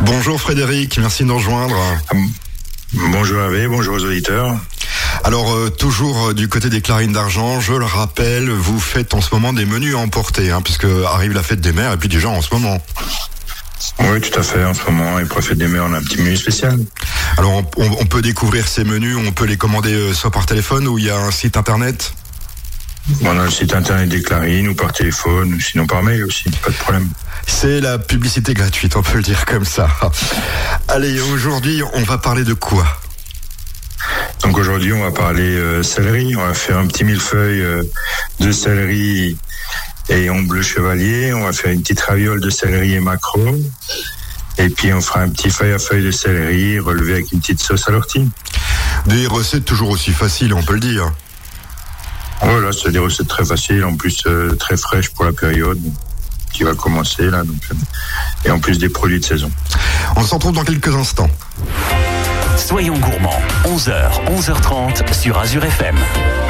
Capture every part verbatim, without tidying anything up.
Bonjour Frédéric, merci de nous rejoindre. Bonjour Hervé, bonjour aux auditeurs. Alors, euh, toujours euh, du côté des Clarines d'Argent, je le rappelle, vous faites en ce moment des menus à emporter, hein, puisque arrive la fête des mères, et puis déjà en ce moment. Oui, tout à fait, en ce moment, et pour la fête des mères, on a un petit menu spécial. Alors, on, on peut découvrir ces menus, on peut les commander euh, soit par téléphone, ou il y a un site internet ? On a le site internet des Clarines, ou par téléphone, ou sinon par mail aussi, pas de problème. C'est la publicité gratuite, on peut le dire comme ça. Allez, aujourd'hui, on va parler de quoi ? Donc aujourd'hui, on va parler euh, céleri. On va faire un petit millefeuille euh, de céleri et on bleu chevalier. On va faire une petite raviole de céleri et maquereau. Et puis on fera un petit feuille à feuille de céleri relevé avec une petite sauce à l'ortie. Des recettes toujours aussi faciles, on peut le dire. Voilà, c'est des recettes très faciles, en plus euh, très fraîches pour la période qui va commencer là. Donc, euh, et en plus des produits de saison. On se retrouve dans quelques instants. Soyons gourmands, onze heures, onze heures trente sur Azure F M.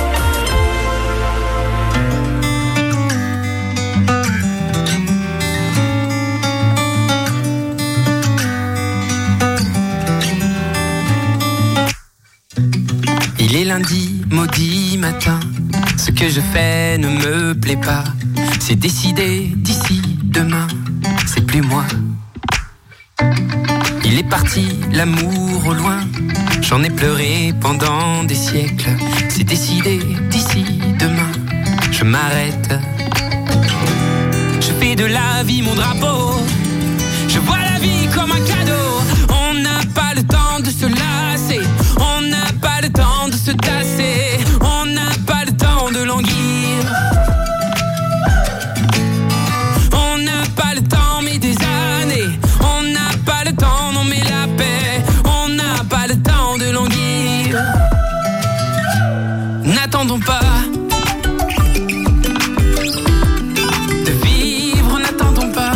Il est lundi, maudit matin. Ce que je fais ne me plaît pas. C'est décidé d'ici demain, c'est plus moi. Il est parti, l'amour au loin. J'en ai pleuré pendant des siècles. C'est décidé d'ici demain, je m'arrête. Je fais de la vie mon drapeau. Je vois la vie comme un cadeau. On n'a pas le temps de se lasser. On n'a pas le temps de se tasser. On n'a pas le temps de languir. On n'a pas le temps mais des années. On n'a pas le temps, non mais la paix. On n'a pas le temps de languir. N'attendons pas de vivre, n'attendons pas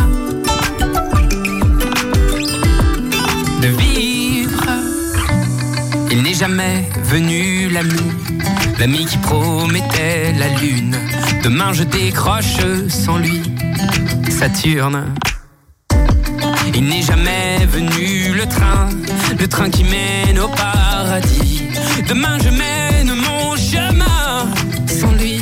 de vivre. Il n'est jamais venu l'ami, l'ami qui promettait la lune. Demain je décroche sans lui Saturne. Il n'est jamais venu le train, le train qui mène au paradis. Demain je mène mon chemin sans lui.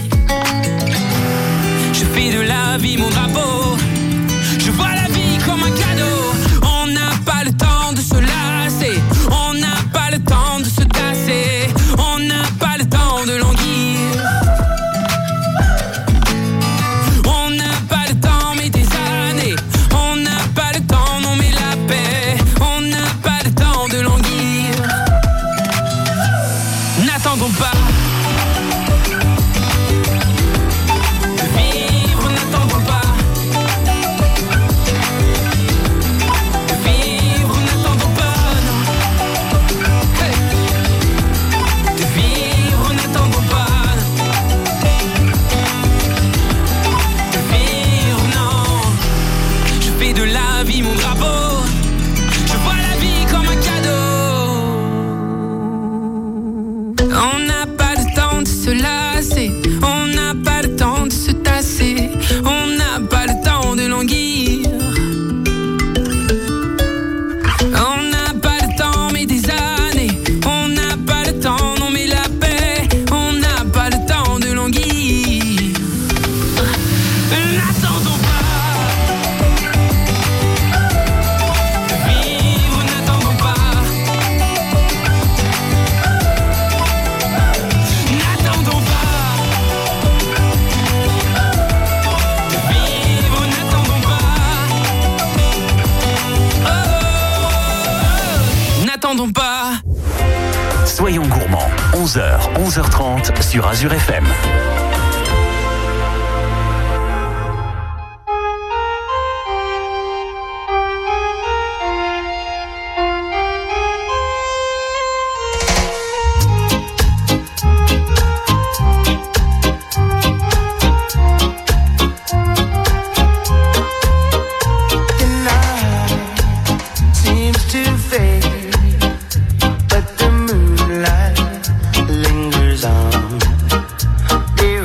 Je fais de la vie mon drapeau. Je vois la vie comme un cadeau. On n'a pas le temps de se lasser. On n'a pas le temps de se tasser. On n'a pas le temps de languir. On n'a pas le temps mais des années. On n'a pas le temps, non mais la paix. On n'a pas le temps de languir. N'attendons pas de vivre, n'attendons pas de vivre, n'attendons pas, non. Hey. De vivre, n'attendons pas de vivre, non. Je fais de la vie mon drapeau. Je vois la vie comme un cadeau. On n'a pas le temps de se lasser. On n'a pas le temps de se tasser. On n'a pas le temps de languir. On n'a pas le temps mais des années. On n'a pas le temps, non mais la paix. On n'a pas le temps de languir. N'attendons pas de vivre, n'attendons pas. N'attendons pas de vivre, n'attendons pas. Oh, n'attendons pas. Soyons gourmands, onze heures, onze heures trente sur Azure F M. The night seems to fade, but the moonlight lingers on. There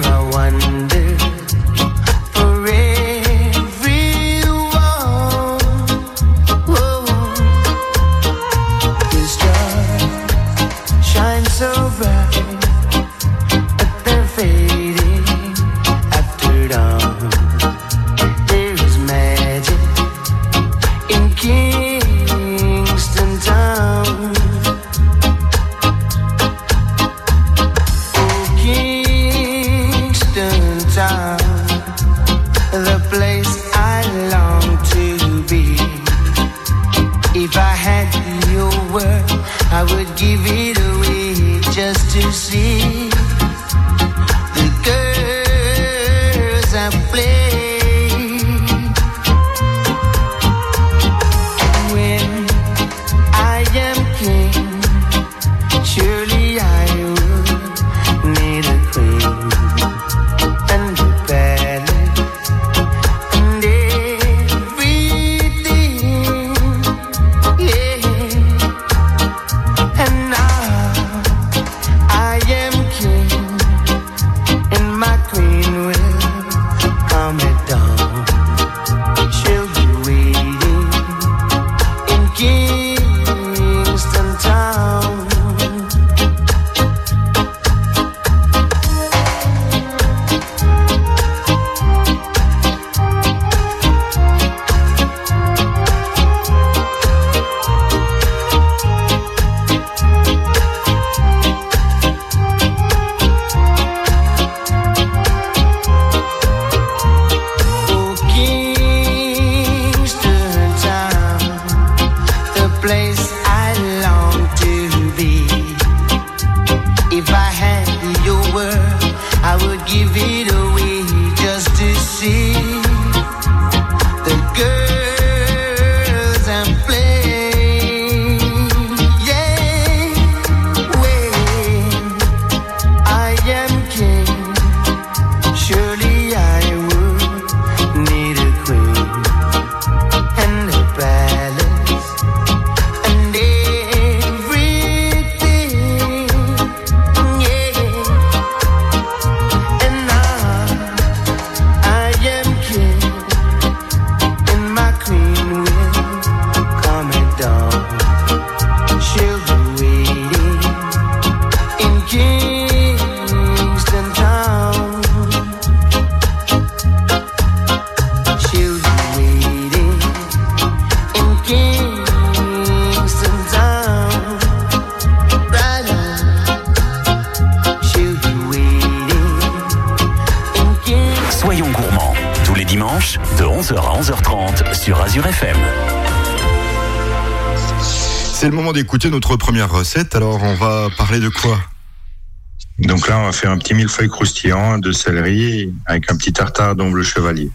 Kingston town. Oh, Kingston town, the place I long to be. If I had your word, I would give it away just to see the girls I play. When I am king, surely I would need a queen and a palace and everything, yeah. And now I am king, and my queen will come at dawn. She'll be waiting in Kingston town. Oh, Kingston town, the place I long to be. If I had your word, I would give it away just to see the girls and play. Yeah, when I am king, surely I would need a queen and a palace and everything, yeah. And now I am king, and my queen will come at dawn. She'll be waiting in Kingston town. She'll be waiting in Kingston town. Right on. She'll be waiting in Kingston. Soyons gourmands, tous les dimanches, de onze heures à onze heures trente sur Azure F M. C'est le moment d'écouter notre première recette. Alors, on va parler de quoi? Donc là, on va faire un petit millefeuille croustillant de céleri avec un petit tartare d'omble chevalier.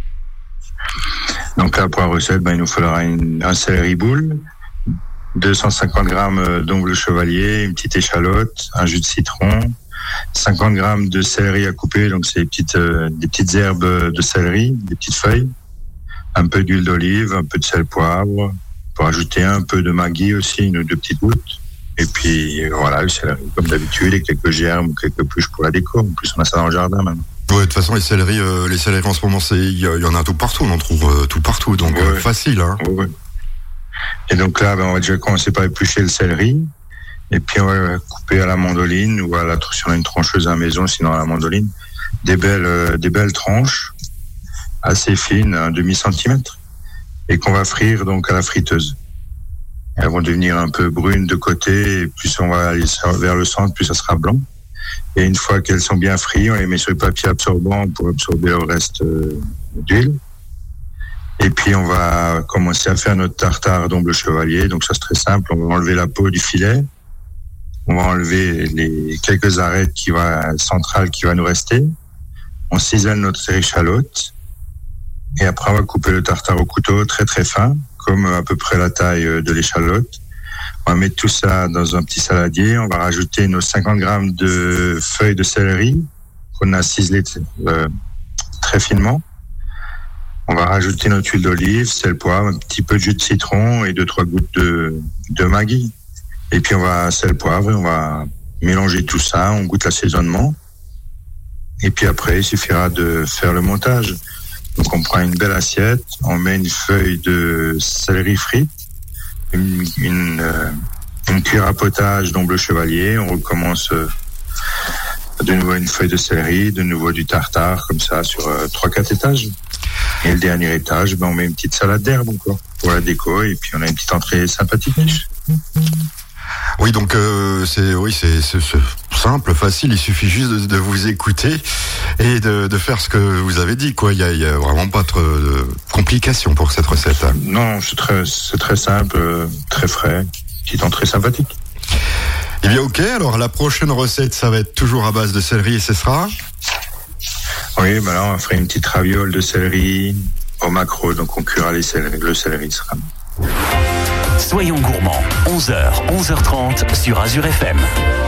Donc là, pour la recette, ben, il nous faudra une, un céleri boule, deux cent cinquante grammes d'omble chevalier, une petite échalote, un jus de citron, cinquante grammes de céleri à couper, donc c'est des petites, euh, des petites herbes de céleri, des petites feuilles, un peu d'huile d'olive, un peu de sel poivre, pour ajouter un peu de Maggi aussi, une ou deux petites gouttes. Et puis voilà, le céleri comme d'habitude, et quelques germes ou quelques pluches pour la déco. En plus, on a ça dans le jardin maintenant. Ouais, de toute façon, les céleris, euh, les céleris en ce moment, c'est, il y, y en a tout partout, on en trouve euh, tout partout, donc Ouais. euh, facile, hein. Ouais, ouais. Et donc là, ben, on va déjà commencer par éplucher le céleri. Et puis on va couper à la mandoline ou à la, si on a une trancheuse à la maison, sinon à la mandoline, des belles, euh, des belles tranches assez fines, un demi centimètre, et qu'on va frire donc à la friteuse. Elles vont devenir un peu brunes de côté, et plus on va aller vers le centre, plus ça sera blanc. Et une fois qu'elles sont bien frites, on les met sur le papier absorbant pour absorber le reste euh, d'huile. Et puis on va commencer à faire notre tartare d'omble chevalier. Donc ça c'est très simple, on va enlever la peau du filet. On va enlever les quelques arêtes qui va, centrales qui va nous rester. On cisèle notre échalote. Et après, on va couper le tartare au couteau très très fin, comme à peu près la taille de l'échalote. On va mettre tout ça dans un petit saladier. On va rajouter nos cinquante grammes de feuilles de céleri qu'on a ciselées euh, très finement. On va rajouter notre huile d'olive, sel, poivre, un petit peu de jus de citron et deux, trois gouttes de, de Maggi. Et puis on va sel, poivre, et on va mélanger tout ça, on goûte l'assaisonnement. Et puis après, il suffira de faire le montage. Donc on prend une belle assiette, on met une feuille de céleri frit, une, une, euh, une cuillère à potage d'omble chevalier, on recommence euh, de nouveau une feuille de céleri, de nouveau du tartare, comme ça, sur euh, trois quatre étages. Et le dernier étage, ben, on met une petite salade d'herbe encore pour la déco, et puis on a une petite entrée sympathique. Oui, donc euh, c'est oui, c'est, c'est, c'est simple, facile. Il suffit juste de, de vous écouter et de, de faire ce que vous avez dit. Quoi, il y a, il y a vraiment pas trop de complications pour cette recette. Non, c'est très, c'est très simple, euh, très frais, petite entrée sympathique. Eh bien, ok. Alors la prochaine recette, ça va être toujours à base de céleri et ce sera. Oui, ben là, on ferait une petite raviole de céleri au maquereau, donc on cuira les céleri, le céleri sera. Soyons gourmands, onze heures, onze heures trente sur Azure F M.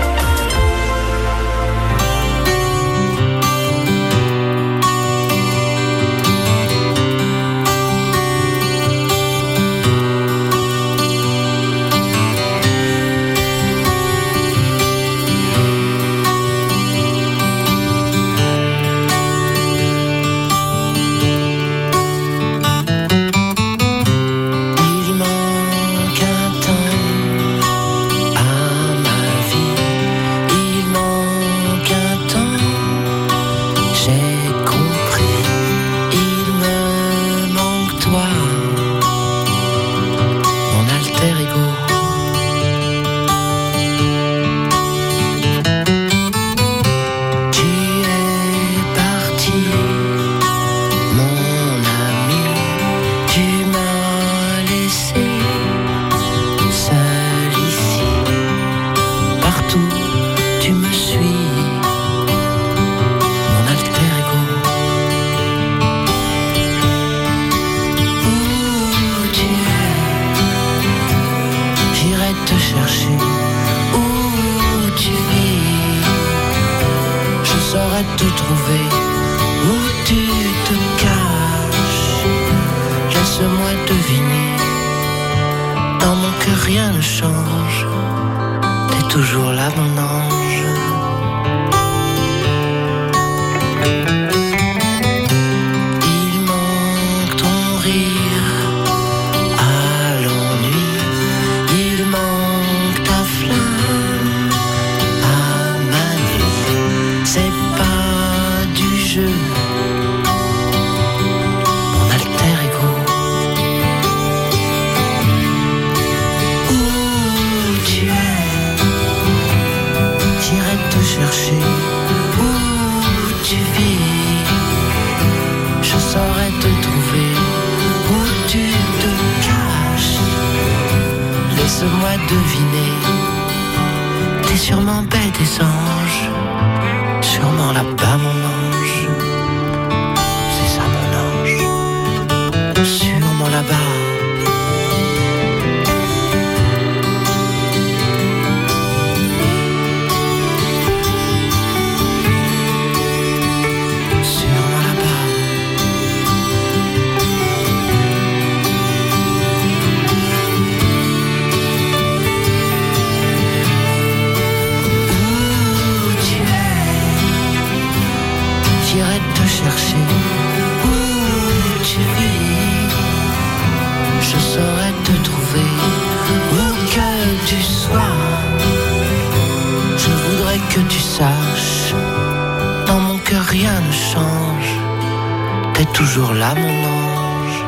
Toujours là, mon ange.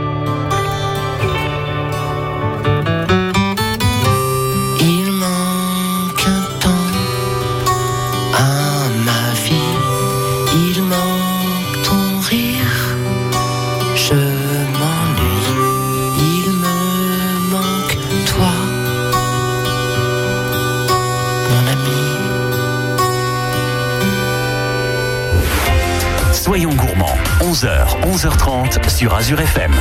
Il manque un temps à ma vie. Il manque ton rire. Je m'ennuie. Il me manque toi, mon ami. Soyons gourmands, onze heures, onze heures trente sur Azure F M.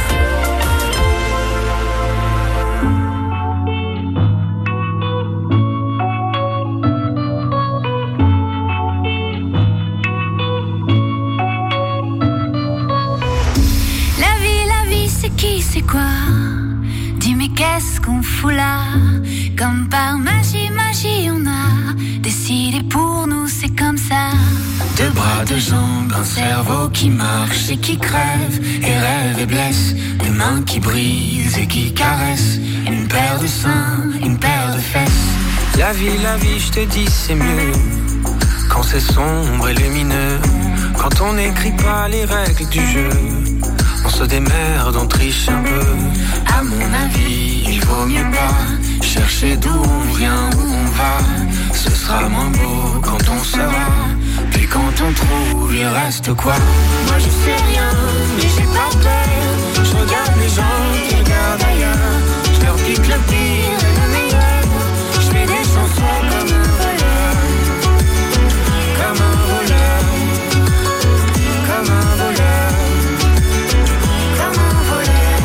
La vie, la vie, c'est qui, c'est quoi? Dis mais qu'est-ce qu'on fout là? Comme par magie, magie, on a décidé pour nous, c'est comme ça. Deux bras, deux jambes, un cerveau qui marche et qui crève et rêve et blesse, des mains qui brisent et qui caressent, une paire de seins, une paire de fesses. La vie, la vie, je te dis c'est mieux quand c'est sombre et lumineux, quand on n'écrit pas les règles du jeu, on se démerde, on triche un peu. À mon avis, il vaut mieux pas chercher d'où on vient, où on va. Ce sera moins beau quand on saura. Puis quand on trouve, il reste quoi? Moi je sais rien, mais j'ai pas peur. Je regarde les gens qui regardent ailleurs. Je leur pique le pire et le meilleur. Je fais des chansons comme un voleur. Comme un voleur. Comme un voleur. Comme un voleur.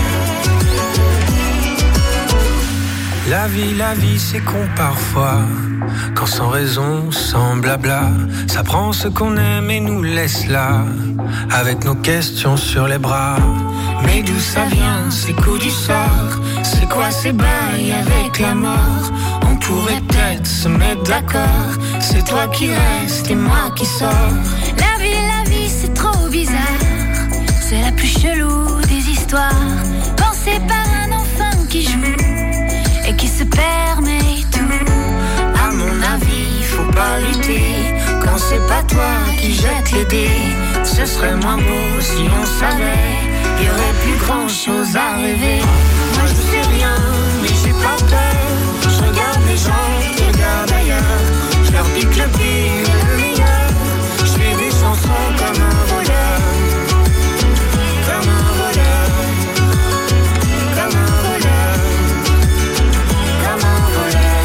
La vie, la vie, c'est con parfois. Quand sans raison, sans blabla, ça prend ce qu'on aime et nous laisse là, avec nos questions sur les bras. Mais d'où ça vient, ces coups du sort? C'est quoi ces bails avec la mort? On pourrait peut-être se mettre d'accord. C'est toi qui restes et moi qui sors. La vie, la vie, c'est trop bizarre. C'est la plus chelou des histoires. Pensée par un enfant qui joue et qui se permet tout. À mon avis, faut pas lutter quand c'est pas toi qui jette les dés. Ce serait moins beau si on savait. Y aurait plus grand chose à rêver. Moi je sais rien, mais j'ai pas peur. Je regarde les gens qui regardent ailleurs. Je leur pique le pire et le meilleur. Je fais des chansons comme un voleur. Comme un voleur. Comme un voleur. Comme un voleur.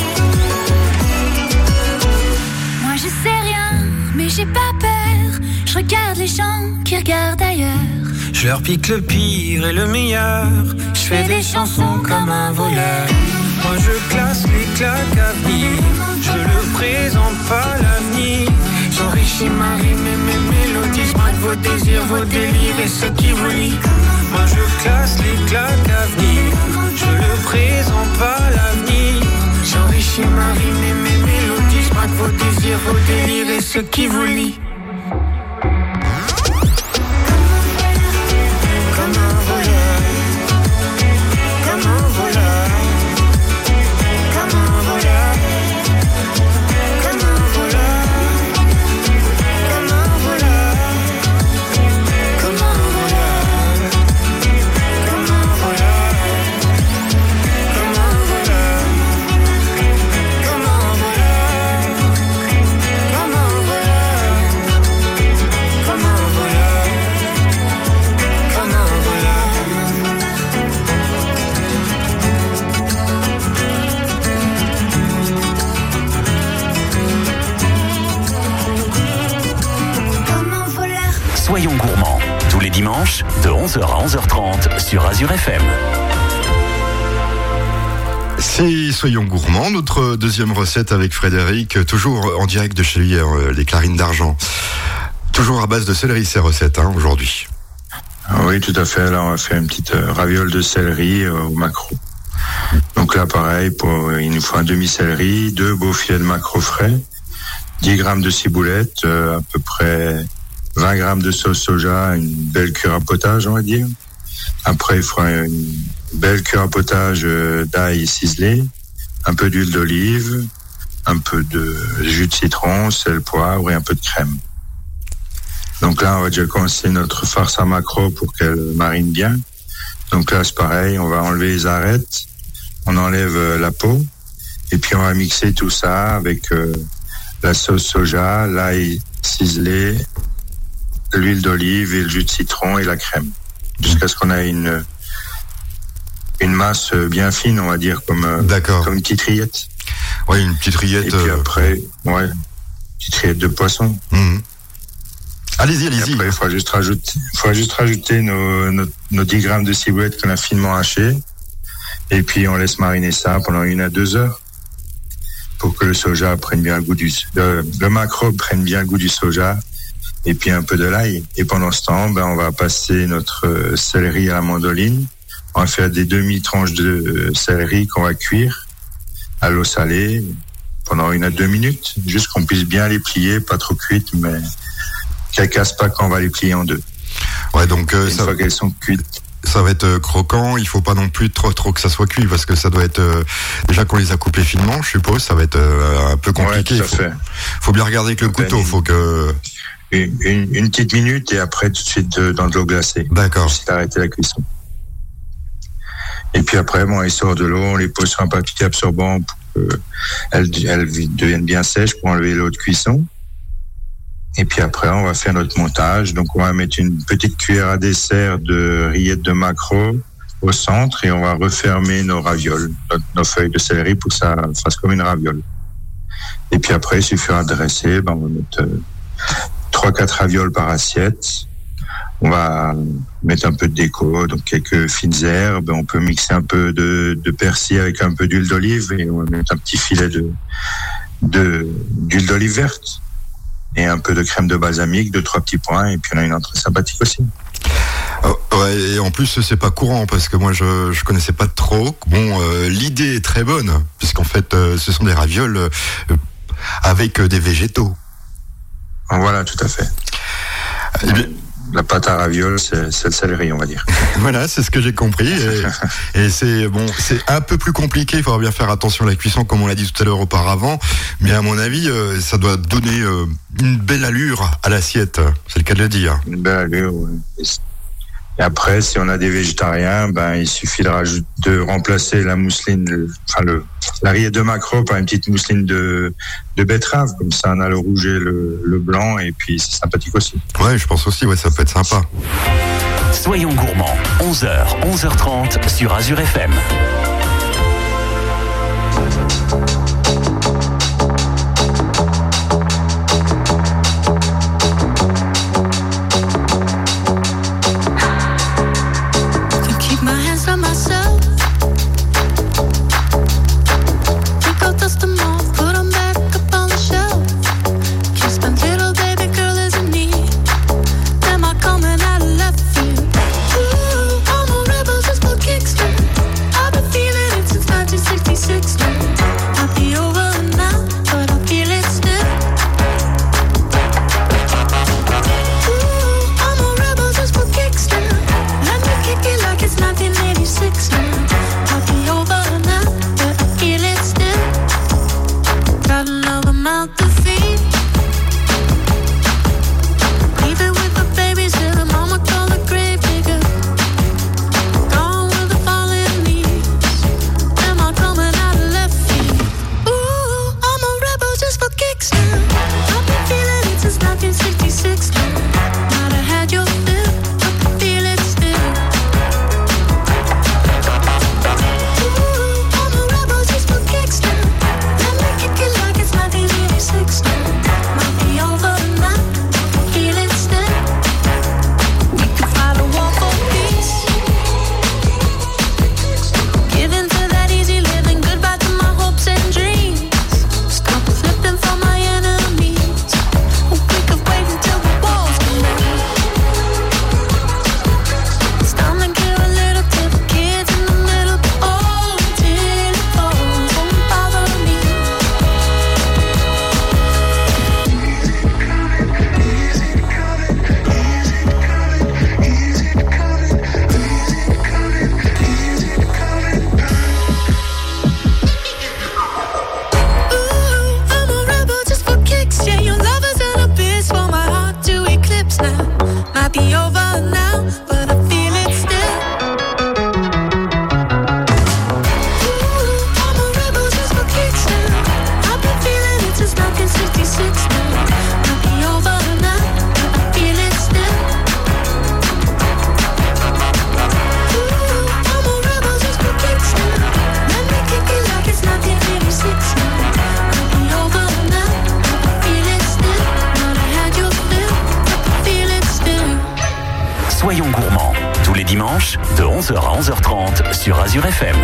Moi je sais rien, mais j'ai pas peur. Je regarde les gens qui regardent ailleurs. Je leur pique le pire et le meilleur. Je fais des chansons comme un voleur. Moi je classe les claques à venir. Je ne présente pas l'avenir. J'enrichis ma rime et mes mélodies. Je braque vos désirs, vos délires et ce qui vous lie. Moi je classe les claques à venir. Je ne présente pas l'avenir. J'enrichis ma rime et mes mélodies. Je braque vos désirs, vos délires et ce qui vous lie. Soyons gourmands, tous les dimanches, de onze heures à onze heures trente sur Azure F M. C'est Soyons gourmands, notre deuxième recette avec Frédéric, toujours en direct de chez lui, euh, les Clarines d'Argent. Toujours à base de céleri ces recettes, hein, aujourd'hui. Oui, tout à fait. Là, on va faire une petite euh, raviole de céleri euh, au maquereau. Donc là, pareil, pour, il nous faut un demi-céleri, deux beaux filets de maquereau frais, dix grammes de ciboulette, euh, à peu près vingt grammes de sauce soja, une belle cure à potage, on va dire. Après, il faudra une belle cure à potage d'ail ciselé, un peu d'huile d'olive, un peu de jus de citron, sel, poivre et un peu de crème. Donc là, on va déjà commencer notre farce à maquereau pour qu'elle marine bien. Donc là, c'est pareil, on va enlever les arêtes, on enlève la peau, et puis on va mixer tout ça avec euh, la sauce soja, l'ail ciselé, l'huile d'olive et le jus de citron et la crème, jusqu'à ce qu'on ait une une masse bien fine, on va dire, comme D'accord. comme une petite rillette. Oui, une petite rillette. Et puis euh... après, ouais, une petite rillette de poisson. Mmh. Allez-y, Et allez-y. après, il faudra juste rajouter, il faudra juste rajouter nos, nos, nos dix grammes de ciboulette qu'on a finement hachées. Et puis, on laisse mariner ça pendant une à deux heures pour que le soja prenne bien le goût du, le, le maquereau prenne bien le goût du soja. Et puis un peu de l'ail. Et pendant ce temps, ben, on va passer notre euh, céleri à la mandoline. On va faire des demi-tranches de euh, céleri qu'on va cuire à l'eau salée pendant une à deux minutes, juste qu'on puisse bien les plier, pas trop cuites, mais qu'elles cassent pas quand on va les plier en deux. Ouais, donc euh, une ça, fois qu'elles sont cuites. ça ça va être croquant. Il faut pas non plus trop trop que ça soit cuit parce que ça doit être euh, déjà qu'on les a coupés finement, je suppose, ça va être euh, un peu compliqué. Ouais, il faut, faut bien regarder avec le couteau. Faut que une, une, une petite minute et après tout de suite dans de l'eau glacée. D'accord. C'est arrêter la cuisson. Et puis après, bon, ils sortent de l'eau, on les pose sur un papier absorbant pour qu'elles elles deviennent bien sèches pour enlever l'eau de cuisson. Et puis après, on va faire notre montage. Donc, on va mettre une petite cuillère à dessert de rillettes de maquereau au centre et on va refermer nos ravioles, nos feuilles de céleri pour que ça fasse comme une raviole. Et puis après, il suffira de dresser. Ben, on va mettre trois quatre ravioles par assiette. On va mettre un peu de déco, donc quelques fines herbes. On peut mixer un peu de, de persil avec un peu d'huile d'olive et on va mettre un petit filet de, de, d'huile d'olive verte et un peu de crème de balsamique, deux, trois petits points. Et puis on a une entrée sympathique aussi. Oh, ouais, et en plus, c'est pas courant parce que moi, je, je connaissais pas trop. Bon, euh, l'idée est très bonne puisqu'en fait, euh, ce sont des ravioles euh, avec euh, des végétaux. Voilà, tout à fait. Eh bien, la pâte à ravioles, c'est, c'est le céleri, on va dire. Voilà, c'est ce que j'ai compris. Et, et c'est bon, c'est un peu plus compliqué. Il faudra bien faire attention à la cuisson, comme on l'a dit tout à l'heure auparavant. Mais à mon avis, euh, ça doit donner euh, une belle allure à l'assiette. C'est le cas de le dire. Une belle allure, oui. Et après, si on a des végétariens, ben il suffit de, rajouter, de remplacer la mousseline, enfin le la rillette de maquereau par une petite mousseline de de betterave. Comme ça, on a le rouge et le, le blanc, et puis c'est sympathique aussi. Ouais, je pense aussi. Ouais, ça peut être sympa. Soyons gourmands. onze heures, onze heures trente sur Azure F M. Soyons gourmands, tous les dimanches, de onze heures à onze heures trente sur Azure F M.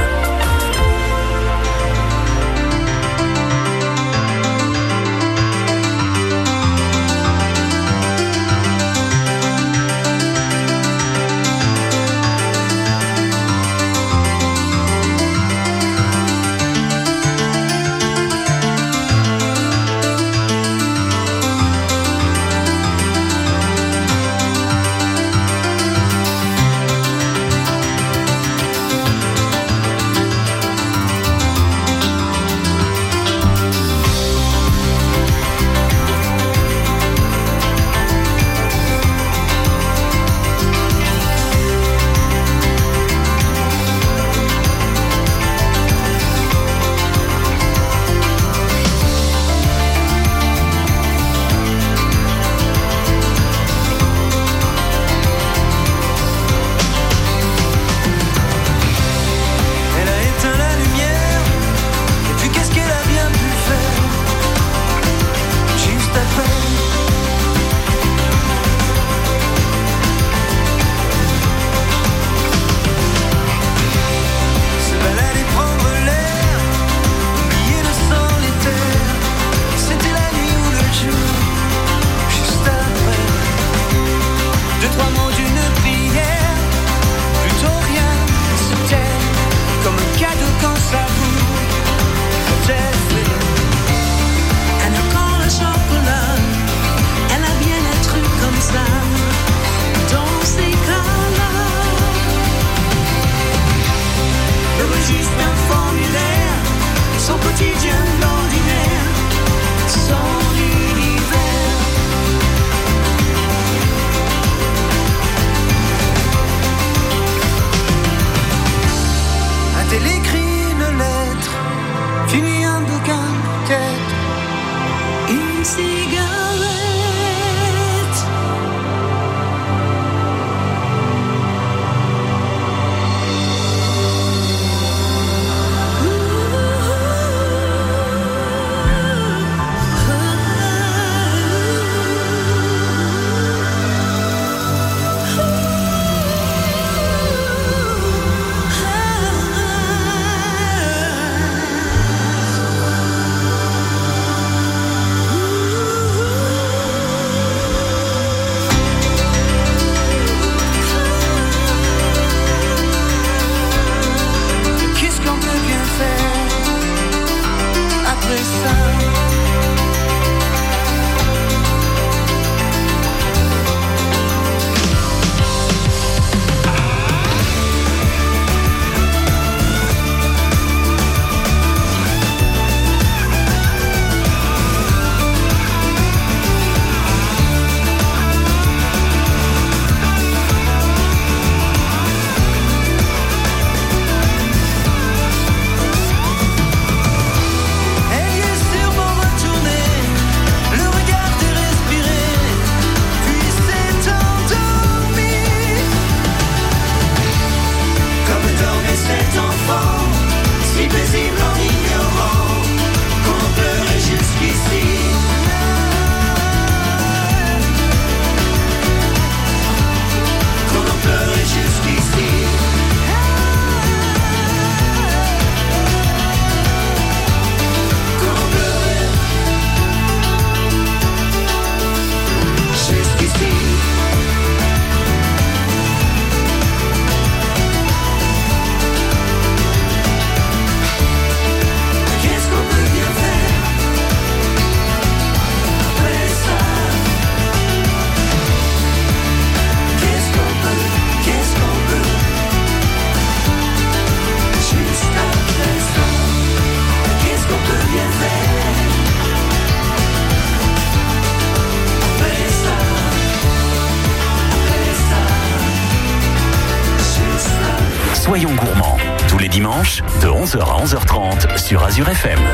Soyons gourmands, tous les dimanches de onze heures à onze heures trente sur Azure F M.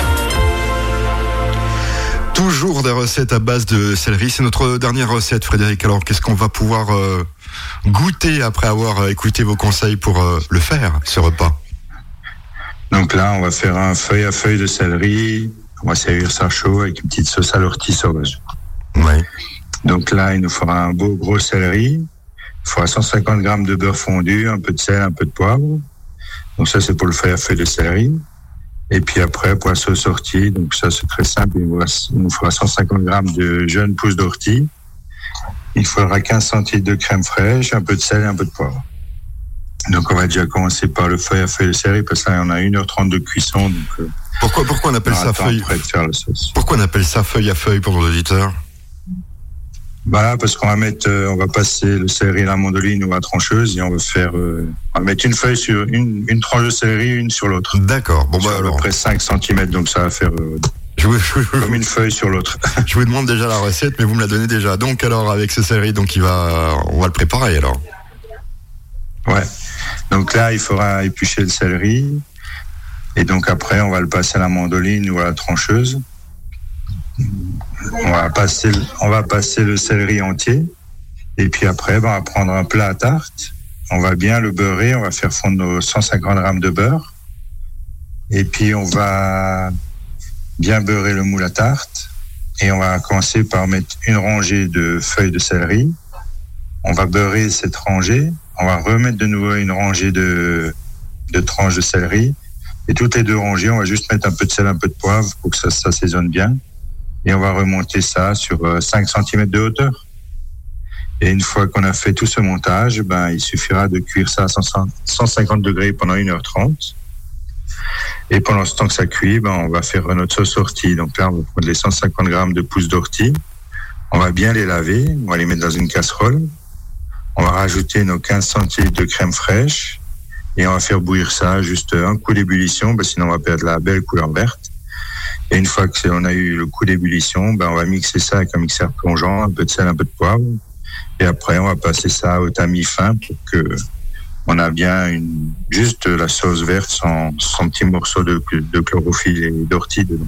Toujours des recettes à base de céleri. C'est notre dernière recette, Frédéric. Alors, qu'est-ce qu'on va pouvoir euh, goûter après avoir écouté vos conseils pour euh, le faire, ce repas? Donc là, on va faire un feuille à feuille de céleri. On va servir ça chaud avec une petite sauce à l'ortie sauvage. Oui. Donc là, il nous fera un beau gros céleri. Il faudra cent cinquante grammes de beurre fondu, un peu de sel, un peu de poivre. Donc ça, c'est pour le feuille à feuille de céleri. Et puis après, pour la sauce ortie, donc ça c'est très simple, il nous faudra cent cinquante grammes de jeunes pousses d'ortie. Il faudra quinze centilitres de crème fraîche, un peu de sel et un peu de poivre. Donc on va déjà commencer par le feuille à feuille de céleri, parce que là on a une heure trente de cuisson. Donc, euh, pourquoi, pourquoi on appelle on ça feuille de faire la sauce. Pourquoi on appelle ça feuille à feuille pour nos auditeurs? Bah parce qu'on va mettre, euh, on va passer le céleri à la mandoline ou à la trancheuse et on va faire, euh, on va mettre une feuille sur une, une tranche de céleri, une sur l'autre. D'accord. Bon bah alors. À peu près cinq centimètres, donc ça va faire euh, je vous, je, comme une feuille sur l'autre. Je vous demande déjà la recette, mais vous me la donnez déjà. Donc alors avec ce céleri, donc il va, on va le préparer alors. Ouais. Donc là, il faudra éplucher le céleri et donc après, on va le passer à la mandoline ou à la trancheuse. On va passer, on va passer le céleri entier et puis après, ben, on va prendre un plat à tarte. On va bien le beurrer, on va faire fondre nos cent cinquante grammes de beurre et puis on va bien beurrer le moule à tarte et on va commencer par mettre une rangée de feuilles de céleri. On va beurrer cette rangée, on va remettre de nouveau une rangée de, de tranches de céleri et toutes les deux rangées, on va juste mettre un peu de sel, un peu de poivre pour que ça s'assaisonne bien. Et on va remonter ça sur cinq centimètres de hauteur. Et une fois qu'on a fait tout ce montage, ben, il suffira de cuire ça à cent cinquante degrés pendant une heure trente. Et pendant ce temps que ça cuit, ben, on va faire notre sauce ortie. Donc là, on va prendre les cent cinquante grammes de pousses d'ortie. On va bien les laver. On va les mettre dans une casserole. On va rajouter nos quinze centilitres de crème fraîche. Et on va faire bouillir ça juste un coup d'ébullition, ben, sinon on va perdre la belle couleur verte. Et une fois qu'on a eu le coup d'ébullition, ben on va mixer ça avec un mixeur plongeant, un peu de sel, un peu de poivre. Et après, on va passer ça au tamis fin pour que on a bien une, juste la sauce verte sans, sans petits morceaux de, de chlorophylle et d'ortie dedans.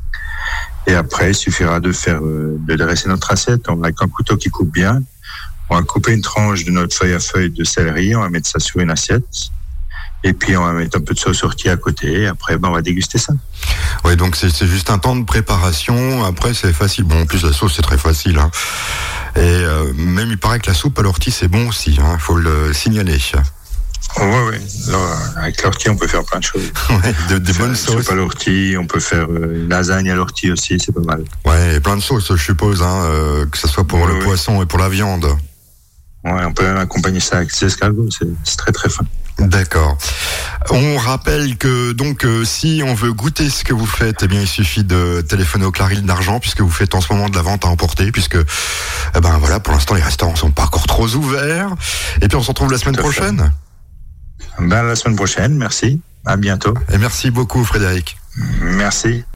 Et après, il suffira de faire, de dresser notre assiette. On va, avec un couteau qui coupe bien, on va couper une tranche de notre feuille à feuille de céleri, on va mettre ça sur une assiette. Et puis on va mettre un peu de sauce ortie à côté. Et après, ben, on va déguster ça. Oui, donc c'est, c'est juste un temps de préparation. Après, c'est facile. Bon, en plus la sauce, c'est très facile. Hein. Et euh, même il paraît que la soupe à l'ortie, c'est bon aussi. Il hein, faut le signaler. Oui, oui. Alors, avec l'ortie, on peut faire plein de choses. Ouais, de, des bonnes sauces. Soupe à l'ortie, on peut faire euh, une lasagne à l'ortie aussi, c'est pas mal. Ouais, et plein de sauces, je suppose, hein, euh, que ce soit pour oui, le oui. poisson et pour la viande. Ouais, on peut même accompagner ça avec des escargots. C'est, c'est très très fin. D'accord. On rappelle que donc euh, si on veut goûter ce que vous faites, eh bien il suffit de téléphoner au Claril d'Argent puisque vous faites en ce moment de la vente à emporter puisque eh ben voilà pour l'instant les restaurants sont pas encore trop ouverts et puis on se retrouve la semaine prochaine. Ben la semaine prochaine, merci. À bientôt. Et merci beaucoup Frédéric. Merci.